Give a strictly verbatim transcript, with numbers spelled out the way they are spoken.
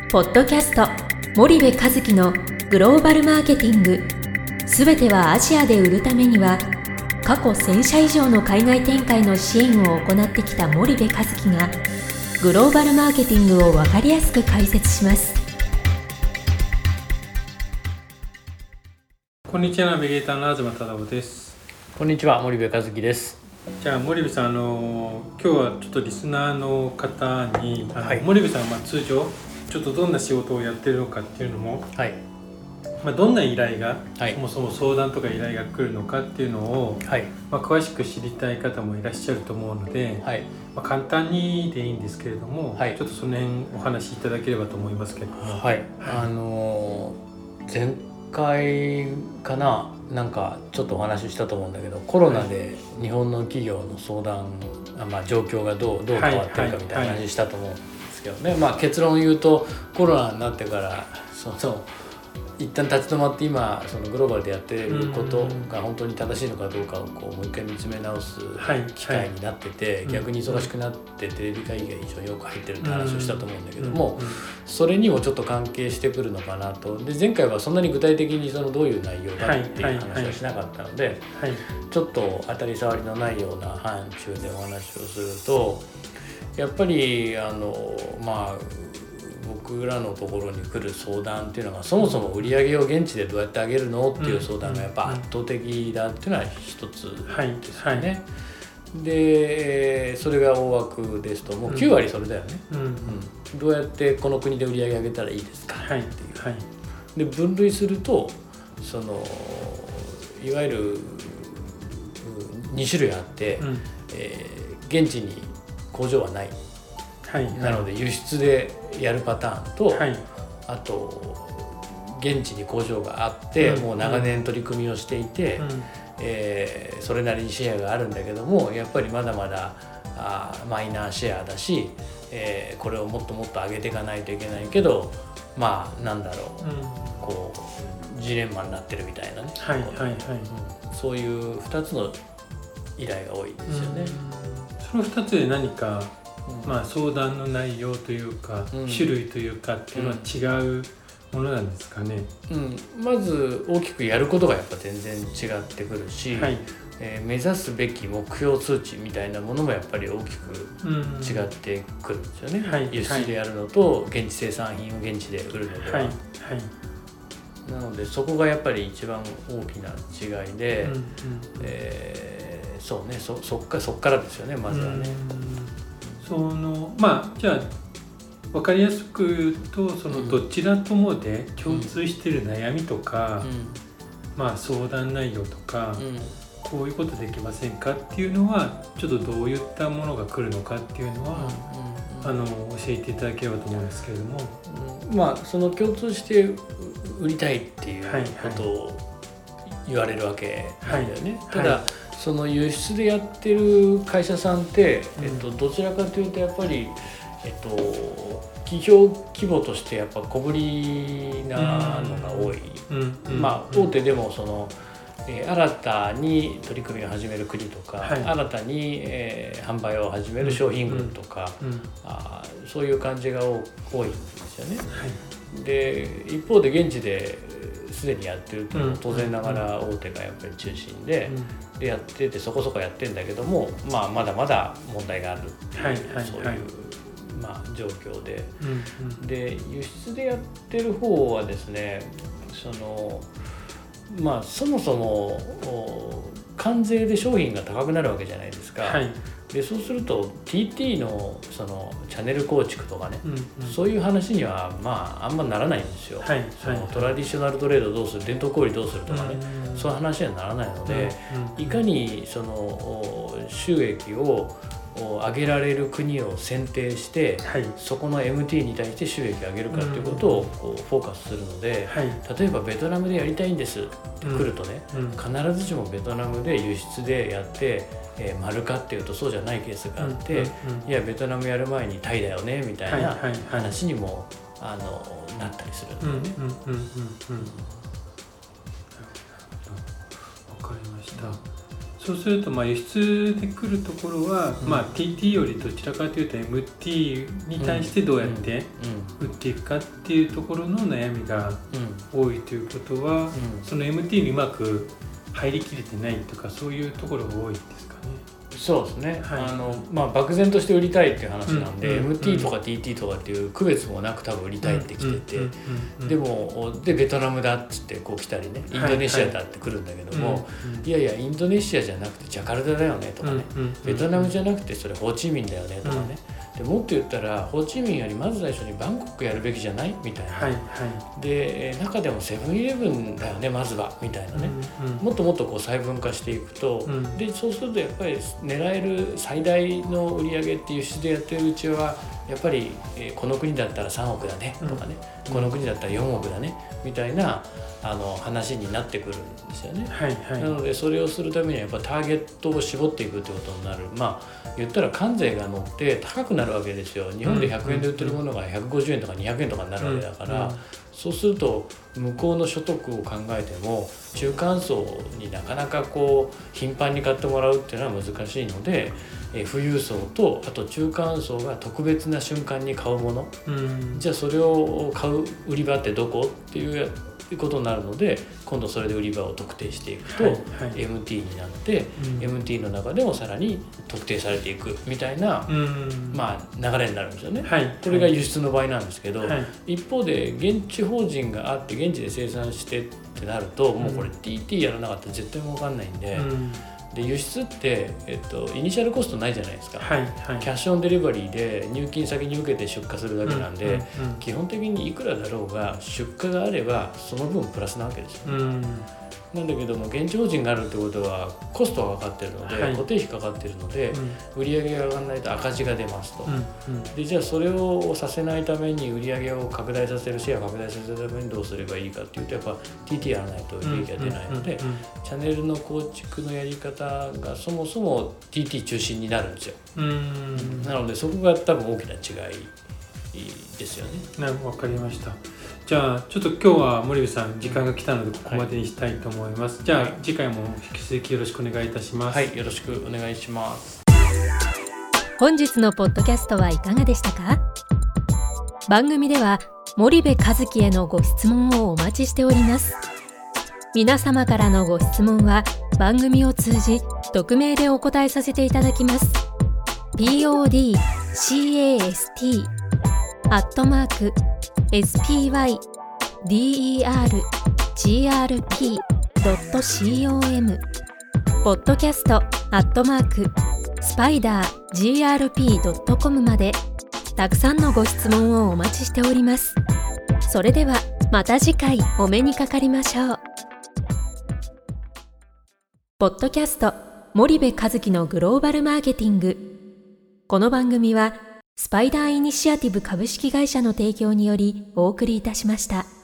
ポッドキャスト森部一樹のグローバルマーケティング、すべてはアジアで売るためには、過去せん社以上の海外展開の支援を行ってきた森部一樹がグローバルマーケティングを分かりやすく解説します。 こんにちは、ナビゲーターの東忠夫です。 こんにちは、森部一樹です。 じゃあ森部さん、あの今日はちょっとリスナーの方にあの、はい、森部さんはまあ通常ちょっとどんな仕事をやってるのかっていうのも、はい、まあ、どんな依頼が、はい、そもそも相談とか依頼が来るのかっていうのを、はい、まあ、詳しく知りたい方もいらっしゃると思うので、はい、まあ、簡単にでいいんですけれども、はい、ちょっとその辺お話しいただければと思いますけれども。 はい、あのー、前回かななんかちょっとお話ししたと思うんだけど、コロナで日本の企業の相談、はい、まあ、状況がどう、どう変わってるかみたいな話したと思うんですけどね、まあ、結論を言うとコロナになってからその一旦立ち止まって今そのグローバルでやっていることが本当に正しいのかどうかをこうもう一回見つめ直す機会になってて、はいはい、逆に忙しくなってテレビ会議が非常によく入ってるって話をしたと思うんだけども、それにもちょっと関係してくるのかなと。で前回はそんなに具体的にそのどういう内容だっていう話はしなかったので、ちょっと当たり障りのないような範疇でお話をすると、やっぱりあのまあ僕らのところに来る相談っていうのが、そもそも売り上げを現地でどうやって上げるのっていう相談がやっぱ圧倒的だっていうのは一つですよね。でそれが大枠ですともうきゅう割それだよね、うんうんうん、どうやってこの国で売り上げ上げたらいいですかっていう、はいはい、で分類するとそのいわゆるに種類あって、うん、えー、現地に工場はない、はいはい、なので輸出でやるパターンと、はい、あと現地に工場があって、うん、もう長年取り組みをしていて、うん、えー、それなりにシェアがあるんだけども、やっぱりまだまだあマイナーシェアだし、えー、これをもっともっと上げていかないといけないけど、まあなんだろう、うん、こうジレンマになってるみたいなね、はいはいはい、うん、そういうふたつの依頼が多いですよね。 うん、そのふたつで何かまあ、相談の内容というか、うん、種類というかっていうのは違うものなんですかね。 うん、まず大きくやることがやっぱ全然違ってくるし、はい、えー、目指すべき目標数値みたいなものもやっぱり大きく違ってくるんですよね。うん、はい、輸出でやるのと現地生産品を現地で売るのでは、はいはい、なのでそこがやっぱり一番大きな違いで、うんうん、えー、そうね、 そ, そ, っかそっからですよね、まずはね。うん、 そのまあじゃあ分かりやすく言うと、そのどちらともで共通している悩みとか、うん、まあ相談内容とか、うん、こういうことできませんかっていうのはちょっとどういったものが来るのかっていうのは、うんうんうん、あの教えていただければと思うんですけれども、 うん、まあその共通して売りたいっていうことを言われるわけなんだよね。はいはい、ただ、はい、その輸出でやってる会社さんって、えっと、どちらかというとやっぱり、えっと、企業規模としてやっぱ小ぶりなのが多い、うんうん、まあ大手でもその、えー、新たに取り組みを始める国とか、はい、新たに、えー、販売を始める商品群とか、うんうん、あそういう感じが多いんですよね。はい、で一方で現地ですでにやってると当然ながら大手がやっぱり中心で、うん、でやっててそこそこやってるんだけども、まあ、まだまだ問題があるっていう、はいはいはい、そういう、まあ、状況で、うんうん、で輸出でやってる方はですね、そのまあそもそも関税で商品が高くなるわけじゃないですか。はい、でそうすると ティーティー の, そのチャンネル構築とかね、うんうん、そういう話にはまああんまならないんですよ。はい、そのトラディショナルトレードどうする、伝統小売どうするとかね、うん、そういう話にはならないので、うん、いかにその収益を上げられる国を選定して、はい、そこの エムティー に対して収益を上げるかということをこうフォーカスするので、はい、例えばベトナムでやりたいんですって来るとね、うん、必ずしもベトナムで輸出でやってえー、丸かっていうとそうじゃないケースがあって、うんうんうん、いやベトナムやる前にタイだよねみたいな話にも、はいはいはい、あのなったりするんだよね。うんうんうんうん、 わかりました。 そうするとまあ輸出で来るところは、うんまあ、ティーティー よりどちらかというと エムティー に対してどうやって売っていくかっていうところの悩みが多いということは、うん、その エムティー にうまく入りきれてないとかそういうところが多いですかね。 そうですね、はい、あのまあ、漠然として売りたいっていう話なんで、うんうん、エムティー とか ティーティー とかっていう区別もなく多分売りたいってきてて、でもでベトナムだっつってこう来たりね、インドネシアだって来るんだけども、はいはい、いやいやインドネシアじゃなくてジャカルタだよねとかね、うんうん、ベトナムじゃなくてそれホーチミンだよねとかね、うん、でもっと言ったらホーチミンよりまず最初にバンコクやるべきじゃないみたいな、はいはい、で中でもセブンイレブンだよねまずはみたいなね、うんうん、もっともっとこう細分化していくと、うん、でそうするとやっぱり狙える最大の売り上げって輸出でやってるうちはやっぱり、えー、この国だったらさんおくだねとかね、うん、この国だったらよんおくだねみたいなあの話になってくるんですよね、はいはい、なのでそれをするためにはやっぱターゲットを絞っていくってことになる。まあ言ったら関税が乗って高くなるわけですよ。日本でひゃくえんで売ってるものがひゃくごじゅうえんとかにひゃくえんとかになるわけだから、うんうん、そうすると向こうの所得を考えても中間層になかなかこう頻繁に買ってもらうっていうのは難しいので、え富裕層とあと中間層が特別な瞬間に買うもの、うん、じゃあそれを買う売り場ってどこっていうことになるので今度それで売り場を特定していくと、はいはい、エムティー になって、うん、エムティー の中でもさらに特定されていくみたいな、うん、まあ、流れになるんですよね、はい、これが輸出の場合なんですけど、はい、一方で現地法人があって現地で生産してってなると、うん、もうこれ ティーティー やらなかったら絶対儲かんないんで、うんで輸出って、えっと、イニシャルコストないじゃないですか、はいはい、キャッシュオンデリバリーで入金先に受けて出荷するだけなんで、うんうんうん、基本的にいくらだろうが出荷があればその分プラスなわけですよ、うん、なんだけども現地法人があるってことはコストがかかってるので、はい、固定費かかってるので、うん、売上が上がらないと赤字が出ますと、うんうん、でじゃあそれをさせないために売上を拡大させるシェアを拡大させるためにどうすればいいかっていうとやっぱ ティーティー やらないと利益が出ないので、チャンネルの構築のやり方がそもそも ティーティー 中心になるんですよ。うんなのでそこが多分大きな違いですよね。 なるほど、分かりました。じゃあちょっと今日は森部さん時間が来たのでここまでにしたいと思います、はい、じゃあ次回も引き続きよろしくお願いいたします。 はい、よろしくお願いします。 本日のポッドキャストはいかがでしたか？番組では森部一樹へのご質問をお待ちしております。皆様からのご質問は番組を通じ匿名でお答えさせていただきます。 ピーオーディーキャスト アットマーク エスピーワイディーイーアールジーアールピードットコム ポッドキャストアットマークスパイダー ジーアールピードットコム までたくさんのご質問をお待ちしております。それではまた次回お目にかかりましょう。ポッドキャスト森部一樹のグローバルマーケティング。この番組はスパイダーイニシアティブ株式会社の提供によりお送りいたしました。